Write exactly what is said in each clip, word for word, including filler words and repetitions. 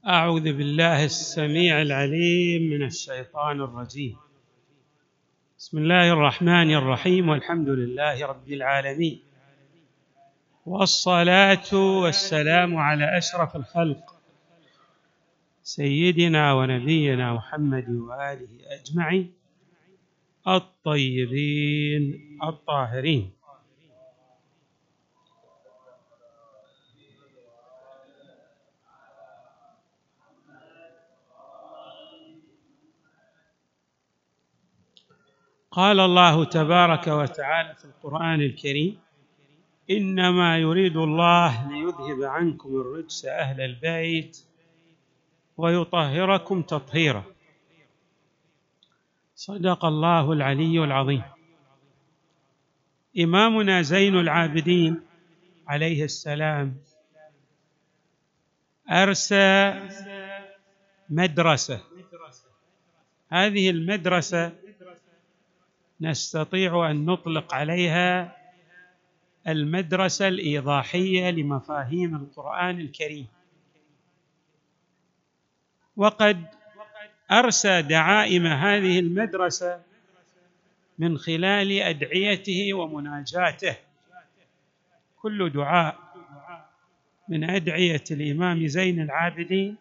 أعوذ بالله السميع العليم من الشيطان الرجيم. بسم الله الرحمن الرحيم، والحمد لله رب العالمين، والصلاة والسلام على أشرف الخلق سيدنا ونبينا محمد وآله أجمعين الطيبين الطاهرين. قال الله تبارك وتعالى في القرآن الكريم: إنما يريد الله ليذهب عنكم الرجس أهل البيت ويطهركم تطهيرا. صدق الله العلي العظيم. إمامنا زين العابدين عليه السلام أرسى مدرسة. هذه المدرسة نستطيع أن نطلق عليها المدرسة الإيضاحية لمفاهيم القرآن الكريم، وقد أرسى دعائم هذه المدرسة من خلال أدعيته ومناجاته. كل دعاء من أدعية الإمام زين العابدين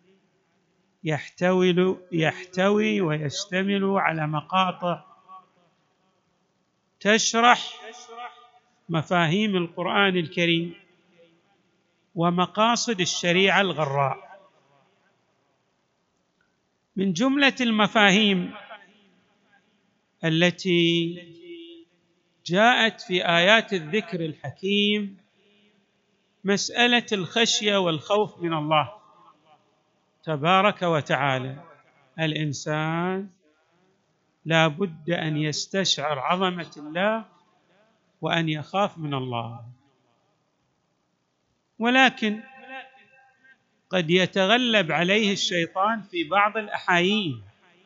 يحتوي يحتوي ويشتمل على مقاطع تشرح مفاهيم القرآن الكريم ومقاصد الشريعة الغراء. من جملة المفاهيم التي جاءت في آيات الذكر الحكيم مسألة الخشية والخوف من الله تبارك وتعالى. الإنسان لا بد أن يستشعر عظمة الله وأن يخاف من الله، ولكن قد يتغلب عليه الشيطان في بعض الأحايين،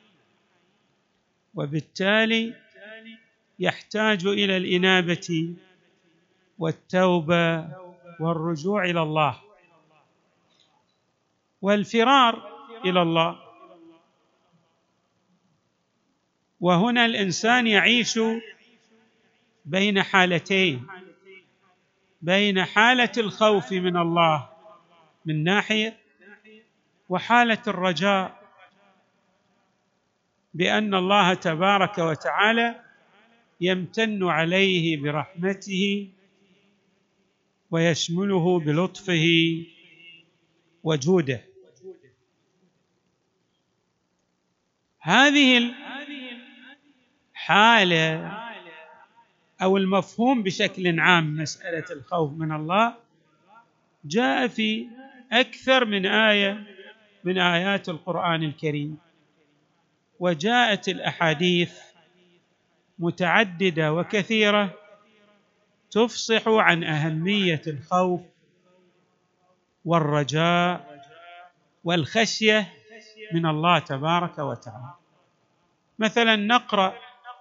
وبالتالي يحتاج إلى الإنابة والتوبة والرجوع إلى الله والفرار إلى الله. وهنا الإنسان يعيش بين حالتين: بين حالة الخوف من الله من ناحية، وحالة الرجاء بأن الله تبارك وتعالى يمتن عليه برحمته ويشمله بلطفه وجوده. هذه الحالة أو المفهوم بشكل عام مسألة الخوف من الله جاء في أكثر من آية من آيات القرآن الكريم، وجاءت الأحاديث متعددة وكثيرة تفصح عن أهمية الخوف والرجاء والخشية من الله تبارك وتعالى. مثلا نقرأ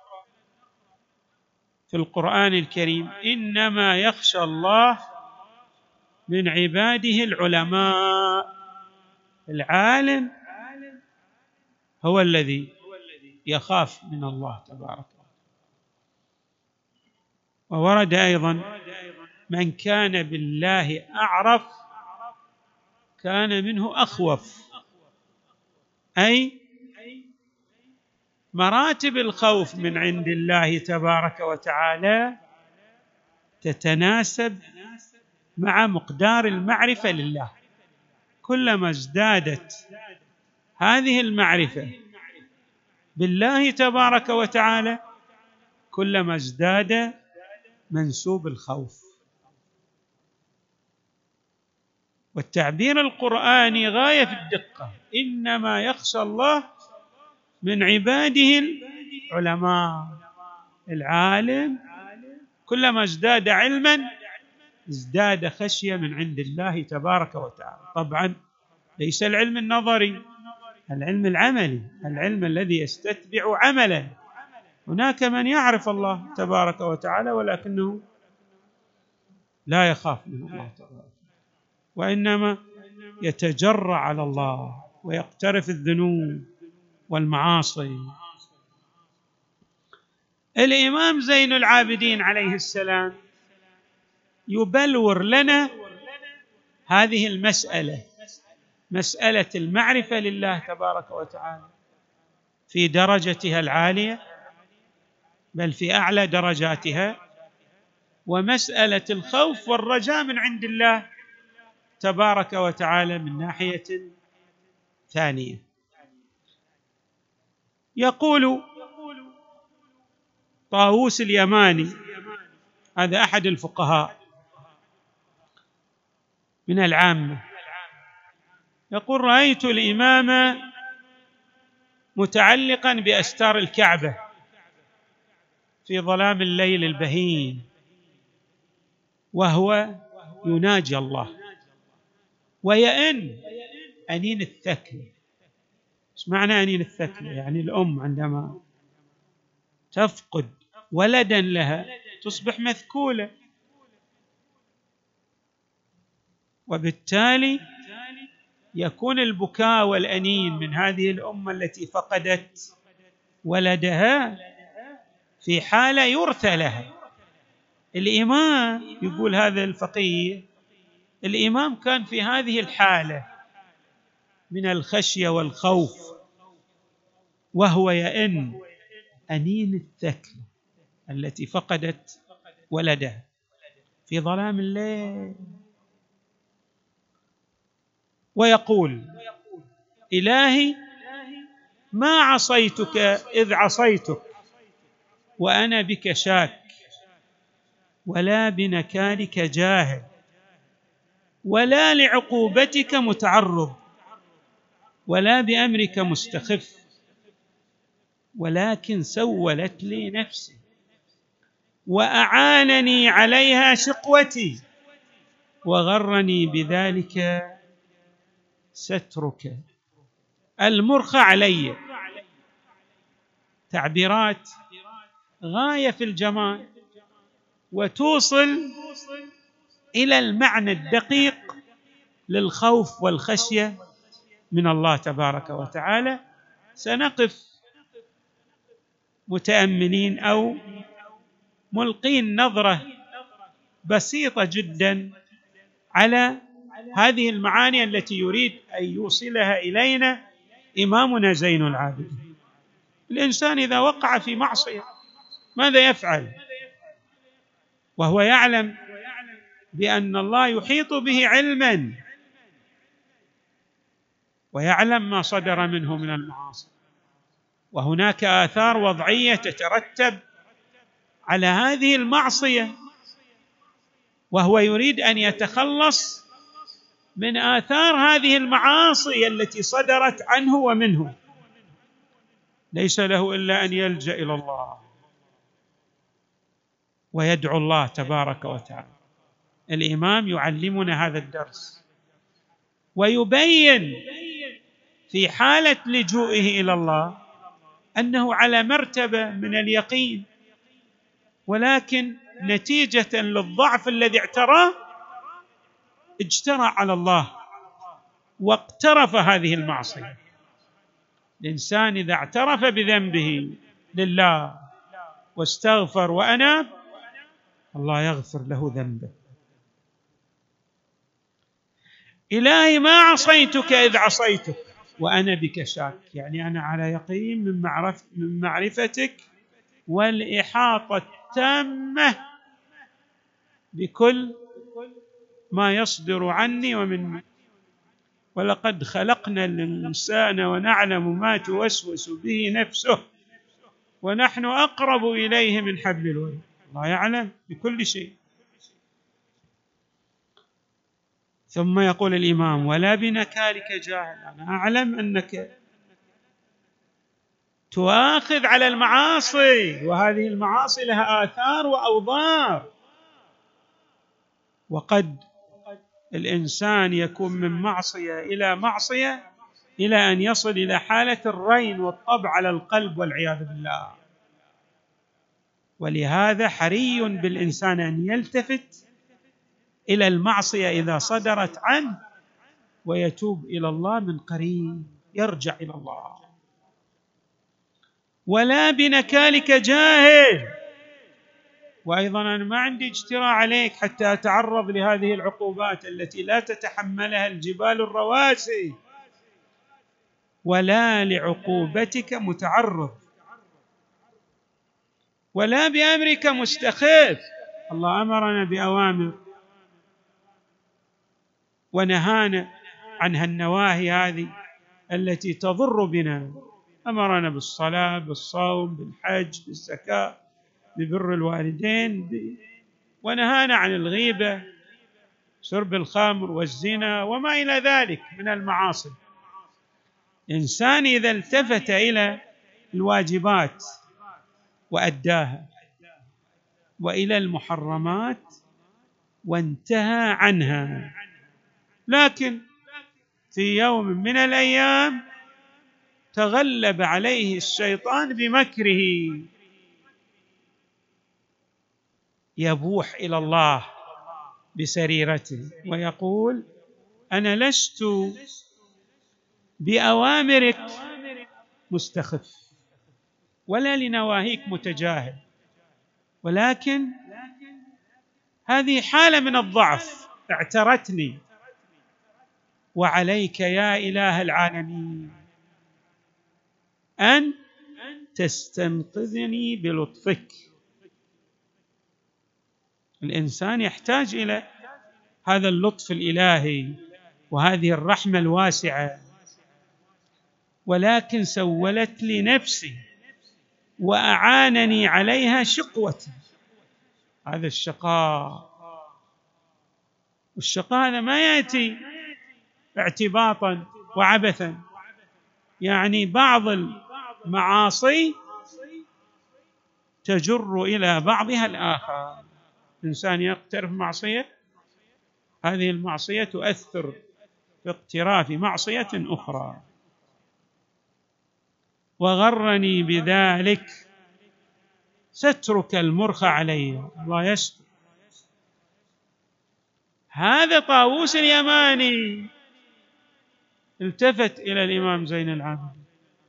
في القرآن الكريم: إنما يخشى الله من عباده العلماء. العالم هو الذي يخاف من الله تبارك وتعالى. وورد أيضا: من كان بالله أعرف كان منه أخوف. أي مراتب الخوف من عند الله تبارك وتعالى تتناسب مع مقدار المعرفة لله. كلما ازدادت هذه المعرفة بالله تبارك وتعالى كلما ازداد منسوب الخوف. والتعبير القرآني غاية في الدقة: إنما يخشى الله من عباده العلماء. العالم كلما ازداد علما ازداد خشية من عند الله تبارك وتعالى. طبعا ليس العلم النظري، العلم العملي، العلم الذي يستتبع عملا. هناك من يعرف الله تبارك وتعالى ولكنه لا يخاف من الله تبارك، وإنما يتجرأ على الله ويقترف الذنوب والمعاصي. الإمام زين العابدين عليه السلام يبلور لنا هذه المسألة، مسألة المعرفة لله تبارك وتعالى في درجتها العالية بل في أعلى درجاتها، ومسألة الخوف والرجاء من عند الله تبارك وتعالى من ناحية ثانية. يقول طاووس اليماني، هذا أحد الفقهاء من العامة، يقول: رأيت الإمام متعلقا بأستار الكعبة في ظلام الليل البهيم وهو يناجي الله ويئن أنين الثكلى. ايش معنى أنين الثكلى؟ يعني الأم عندما تفقد ولدا لها تصبح مثكولة، وبالتالي يكون البكاء والأنين من هذه الأمة التي فقدت ولدها في حالة يرثى لها. الإمام يقول هذا الفقيه، الإمام كان في هذه الحالة من الخشية والخوف وهو يئن أنين الثكلى التي فقدت ولدها في ظلام الليل، ويقول: إلهي ما عصيتك إذ عصيتك وأنا بك شاك، ولا بنكالك جاهل، ولا لعقوبتك متعرض، ولا بأمرك مستخف، ولكن سولت لي نفسي وأعانني عليها شقوتي وغرني بذلك سترك المرخى علي. تعبيرات غاية في الجمال وتوصل إلى المعنى الدقيق للخوف والخشية من الله تبارك وتعالى. سنقف متأملين أو ملقين نظرة بسيطة جدا على هذه المعاني التي يريد أن يوصلها إلينا إمامنا زين العابدين. الإنسان إذا وقع في معصية ماذا يفعل وهو يعلم بأن الله يحيط به علما ويعلم ما صدر منه من المعاصي، وهناك آثار وضعية تترتب على هذه المعصية، وهو يريد أن يتخلص من آثار هذه المعاصي التي صدرت عنه ومنه. ليس له إلا أن يلجأ إلى الله ويدعو الله تبارك وتعالى. الإمام يعلمنا هذا الدرس ويبين في حالة لجوئه إلى الله أنه على مرتبة من اليقين، ولكن نتيجة للضعف الذي اعتراه اجترأ على الله واقترف هذه المعصية. الإنسان إذا اعترف بذنبه لله واستغفر وأناب، الله يغفر له ذنبه. إلهي ما عصيتك إذ عصيتك وأنا بك شاك، يعني أنا على يقين من معرفة من معرفتك والإحاطة التامة بكل ما يصدر عني ومن، ولقد خلقنا الإنسان ونعلم ما توسوس به نفسه ونحن أقرب إليه من حبل الوريد. الله يعلم بكل شيء. ثم يقول الإمام: ولا بنكالك جاهل، أنا أعلم أنك تؤاخذ على المعاصي، وهذه المعاصي لها آثار وأوضار، وقد الإنسان يكون من معصية إلى معصية إلى أن يصل إلى حالة الرين والطبع على القلب والعياذ بالله. ولهذا حري بالإنسان أن يلتفت إلى المعصية إذا صدرت عنه ويتوب إلى الله من قريب، يرجع إلى الله. ولا بنكالك جاهل. وأيضا أنا ما عندي اجتراء عليك حتى أتعرض لهذه العقوبات التي لا تتحملها الجبال الرواسي، ولا لعقوبتك متعرض، ولا بأمرك مستخف. الله أمرنا بأوامر ونهانا عن النواهي هذه التي تضر بنا. أمرنا بالصلاة، بالصوم، بالحج، بالزكاة، ببر الوالدين، ونهانا عن الغيبة، شرب الخمر والزنا وما إلى ذلك من المعاصي. الإنسان إذا التفت إلى الواجبات وأداها، وإلى المحرمات وانتهى عنها، لكن في يوم من الأيام تغلب عليه الشيطان بمكره، يبوح إلى الله بسريرته ويقول: أنا لست بأوامرك مستخف، ولا لنواهيك متجاهل، ولكن هذه حالة من الضعف اعترتني، وعليك يا إله العالمين أن تستنقذني بلطفك. الإنسان يحتاج إلى هذا اللطف الإلهي وهذه الرحمة الواسعة، ولكن سولت لي نفسي وأعانني عليها شقوتي. هذا الشقاء، والشقاء هذا ما يأتي اعتباطا وعبثا، يعني بعض المعاصي تجر إلى بعضها الآخر. إنسان يقترف معصية، هذه المعصية تؤثر في اقتراف معصية أخرى. وغرني بذلك سترك المرخى علي. الله يستر. هذا طاووس اليماني التفت إلى الإمام زين العابدين.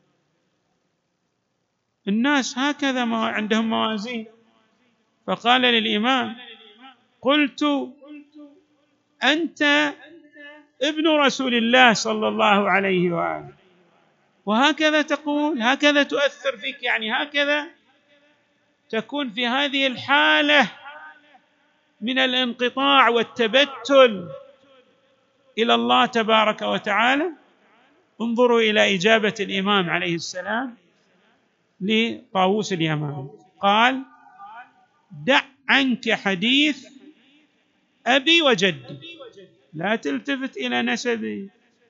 الناس هكذا ما عندهم موازين، فقال للإمام: قلت أنت ابن رسول الله صلى الله عليه وآله، وهكذا تقول، هكذا تؤثر فيك، يعني هكذا تكون في هذه الحالة من الانقطاع والتبتل إلى الله تبارك وتعالى. انظروا إلى إجابة الإمام عليه السلام لطاووس اليماني، قال: دع عنك حديث أبي وجدي، لا تلتفت إلى نسبي.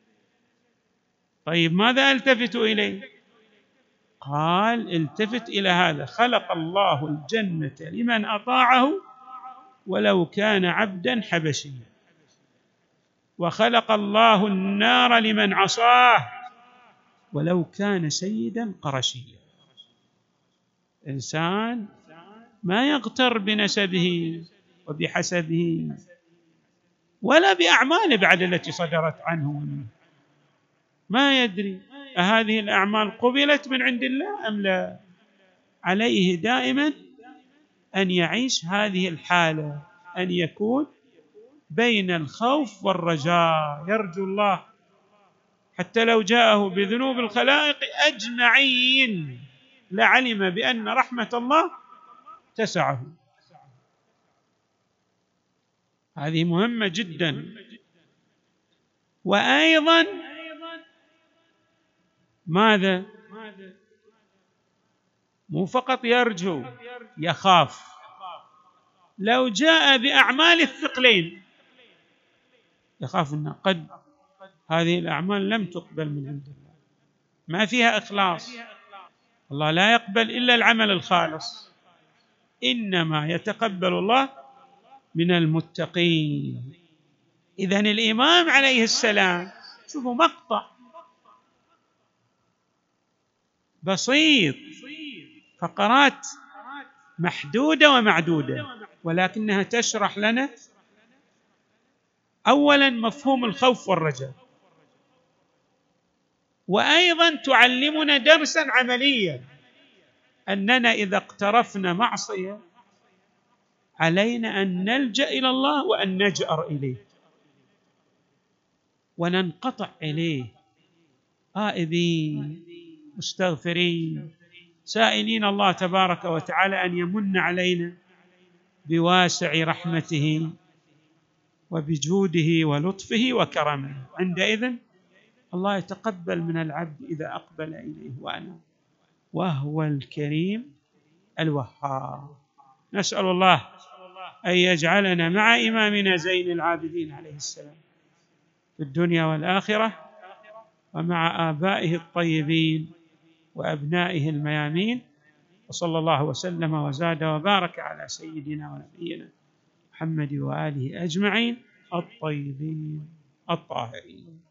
طيب ماذا التفت إليه؟ قال: التفت إلى هذا: خلق الله الجنة لمن أطاعه ولو كان عبدا حبشيا، وخلق الله النار لمن عصاه ولو كان سيدا قرشيا. إنسان ما يغتر بنسبه وبحسبه ولا بأعماله بعد التي صدرت عنه ومنه، ما يدري أهذه الأعمال قبلت من عند الله أم لا. عليه دائما أن يعيش هذه الحالة، أن يكون بين الخوف والرجاء، يرجو الله حتى لو جاءه بذنوب الخلائق أجمعين لعلم بأن رحمة الله تسعه. هذه مهمة جدا. وأيضا ماذا؟ مو فقط يرجو، يخاف. لو جاء بأعمال الثقلين يخاف أن قد هذه الأعمال لم تقبل من عند الله، ما فيها إخلاص. الله لا يقبل إلا العمل الخالص، إنما يتقبل الله من المتقين. إذن الإمام عليه السلام، شوفوا مقطع بسيط، فقرات محدودة ومعدودة، ولكنها تشرح لنا أولا مفهوم الخوف والرجاء، وأيضا تعلمنا درسا عمليا، أننا إذا اقترفنا معصية علينا أن نلجأ إلى الله وأن نجأر إليه وننقطع إليه، آئبين مستغفرين سائلين الله تبارك وتعالى أن يمن علينا بواسع رحمته وبجوده ولطفه وكرمه. عندئذ الله يتقبل من العبد إذا أقبل إليه وأنا، وهو الكريم الوهاب. نسأل الله أن يجعلنا مع إمامنا زين العابدين عليه السلام في الدنيا والآخرة، ومع آبائه الطيبين وأبنائه الميامين، وصلى الله وسلم وزاد وبارك على سيدنا ونبينا محمد وآله أجمعين الطيبين الطاهرين.